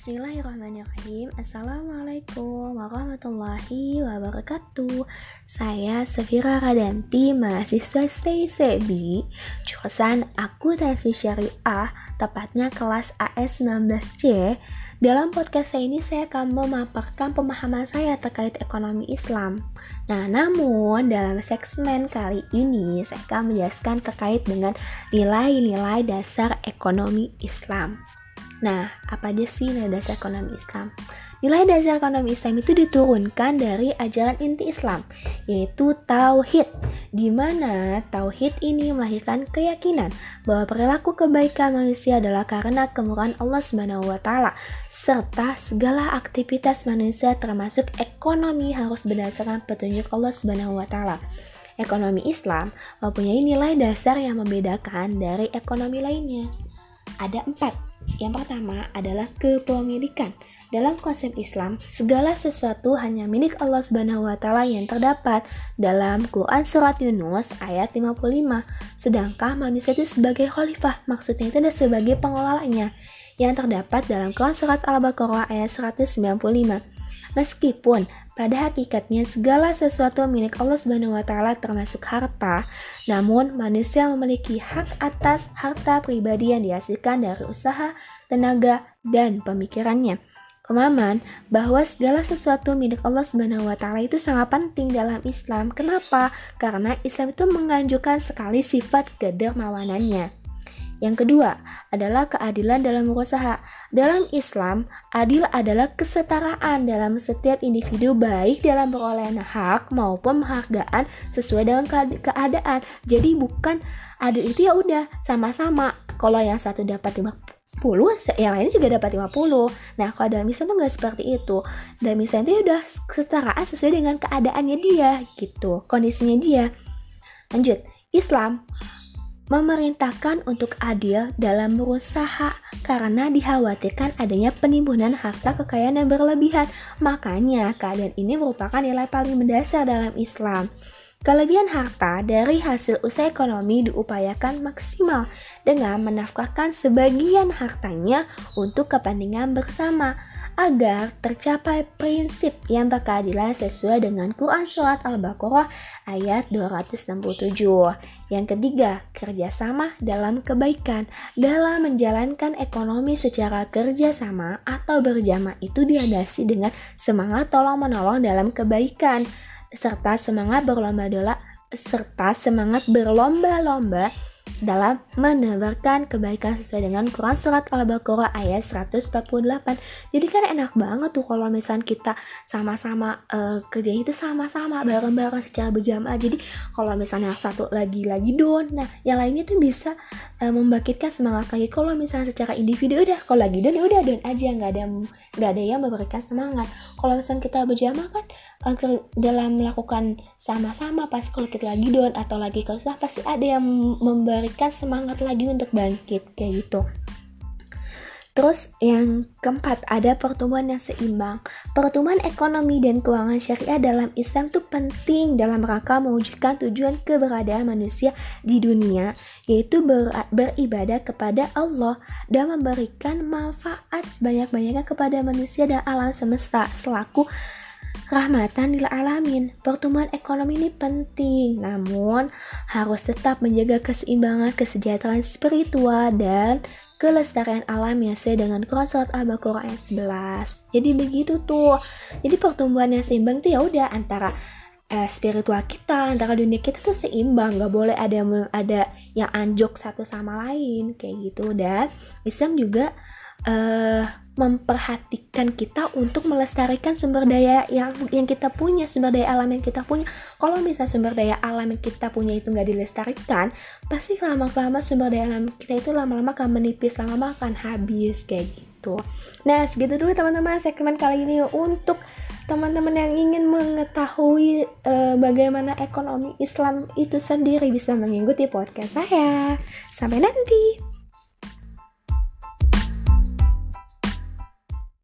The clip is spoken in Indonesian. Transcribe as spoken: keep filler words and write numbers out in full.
Bismillahirrahmanirrahim. Assalamualaikum warahmatullahi wabarakatuh. Saya Safira Radanti, mahasiswa Stay Sebi, jurusan Akuntansi Syariah, tepatnya kelas A S sembilan belas C. Dalam podcast saya ini saya akan memaparkan pemahaman saya terkait ekonomi Islam. Nah, namun dalam segmen kali ini saya akan menjelaskan terkait dengan nilai-nilai dasar ekonomi Islam. Nah, apa aja sih nilai dasar ekonomi Islam? Nilai dasar ekonomi Islam itu diturunkan dari ajaran inti Islam, yaitu Tauhid, di mana Tauhid ini melahirkan keyakinan bahwa perilaku kebaikan manusia adalah karena kemurahan Allah Subhanahu wa Ta'ala, serta segala aktivitas manusia termasuk ekonomi harus berdasarkan petunjuk Allah Subhanahu wa Ta'ala. Ekonomi Islam mempunyai nilai dasar yang membedakan dari ekonomi lainnya. Ada empat. Yang pertama adalah kepemilikan. Dalam konsep Islam, segala sesuatu hanya milik Allah Subhanahu wa Ta'ala yang terdapat dalam Quran Surat Yunus ayat lima puluh lima. Sedangkan manusia itu sebagai khalifah, maksudnya itu adalah sebagai pengelolanya, yang terdapat dalam Quran Surat Al-Baqarah ayat seratus sembilan puluh lima. Meskipun pada hakikatnya segala sesuatu milik Allah Subhanahu wa Ta'ala termasuk harta, namun manusia memiliki hak atas harta pribadi yang dihasilkan dari usaha, tenaga, dan pemikirannya. Pemahaman bahwa segala sesuatu milik Allah Subhanahu wa Ta'ala itu sangat penting dalam Islam. Kenapa? Karena Islam itu menganjurkan sekali sifat kedermawanannya. Yang kedua adalah keadilan dalam berusaha. Dalam Islam, adil adalah kesetaraan dalam setiap individu, baik dalam perolehan hak maupun penghargaan sesuai dengan keadaan. Jadi bukan adil itu ya udah sama-sama. Kalau yang satu dapat lima puluh, yang lainnya juga dapat lima puluh. Nah, kalau dalam Islam tuh nggak seperti itu. Dalam Islam itu ya udah kesetaraan sesuai dengan keadaannya dia, gitu, kondisinya dia. Lanjut, Islam memerintahkan untuk adil dalam berusaha karena dikhawatirkan adanya penimbunan harta kekayaan yang berlebihan. Makanya keadaan ini merupakan nilai paling mendasar dalam Islam. Kelebihan harta dari hasil usaha ekonomi diupayakan maksimal dengan menafkahkan sebagian hartanya untuk kepentingan bersama agar tercapai prinsip yang berkeadilan sesuai dengan Quran Surat Al-Baqarah ayat dua ratus enam puluh tujuh. Yang ketiga, kerjasama dalam kebaikan. Dalam menjalankan ekonomi secara kerjasama atau berjamaah itu dilandasi dengan semangat tolong-menolong dalam kebaikan, serta semangat berlomba-lomba serta semangat berlomba-lomba dalam menebarkan kebaikan sesuai dengan Quran Surat Al-Baqarah ayat seratus empat puluh delapan. Jadi kan enak banget tuh kalau misalnya kita sama-sama uh, kerjanya itu sama-sama bareng-bareng secara berjamaah. Jadi kalau misalnya satu lagi-lagi down, nah yang lainnya tuh bisa uh, membangkitkan semangat lagi. Kalau misalnya secara individu udah, kalau lagi down ya udah down aja, nggak ada nggak ada yang memberikan semangat. Kalau misalnya kita berjamaah kan uh, dalam melakukan sama-sama, pas kalau kita lagi down atau lagi kesusahan pasti ada yang memberikan semangat lagi untuk bangkit kayak gitu. Terus yang keempat ada pertumbuhan yang seimbang. Pertumbuhan ekonomi dan keuangan syariah dalam Islam itu penting dalam rangka mewujudkan tujuan keberadaan manusia di dunia, yaitu ber- beribadah kepada Allah dan memberikan manfaat sebanyak-banyaknya kepada manusia dan alam semesta selaku rahmatan lil alamin. Pertumbuhan ekonomi ini penting, namun harus tetap menjaga keseimbangan kesejahteraan spiritual dan kelestarian alam yang sesuai dengan Quran Surat Al-Baqarah ayat sebelas. Jadi begitu tuh. Jadi pertumbuhan yang seimbang itu ya udah antara eh, spiritual kita, antara dunia kita tuh seimbang, nggak boleh ada yang ada yang anjok satu sama lain kayak gitu. Dan Islam juga Uh, memperhatikan kita untuk melestarikan sumber daya yang yang kita punya, sumber daya alam yang kita punya. Kalau misalnya sumber daya alam yang kita punya itu nggak dilestarikan, pasti lama-lama sumber daya alam kita itu lama-lama akan menipis, lama-lama akan habis kayak gitu. Nah, segitu dulu teman-teman segmen kali ini. Untuk teman-teman yang ingin mengetahui uh, bagaimana ekonomi Islam itu sendiri bisa mengikuti podcast saya. Sampai nanti.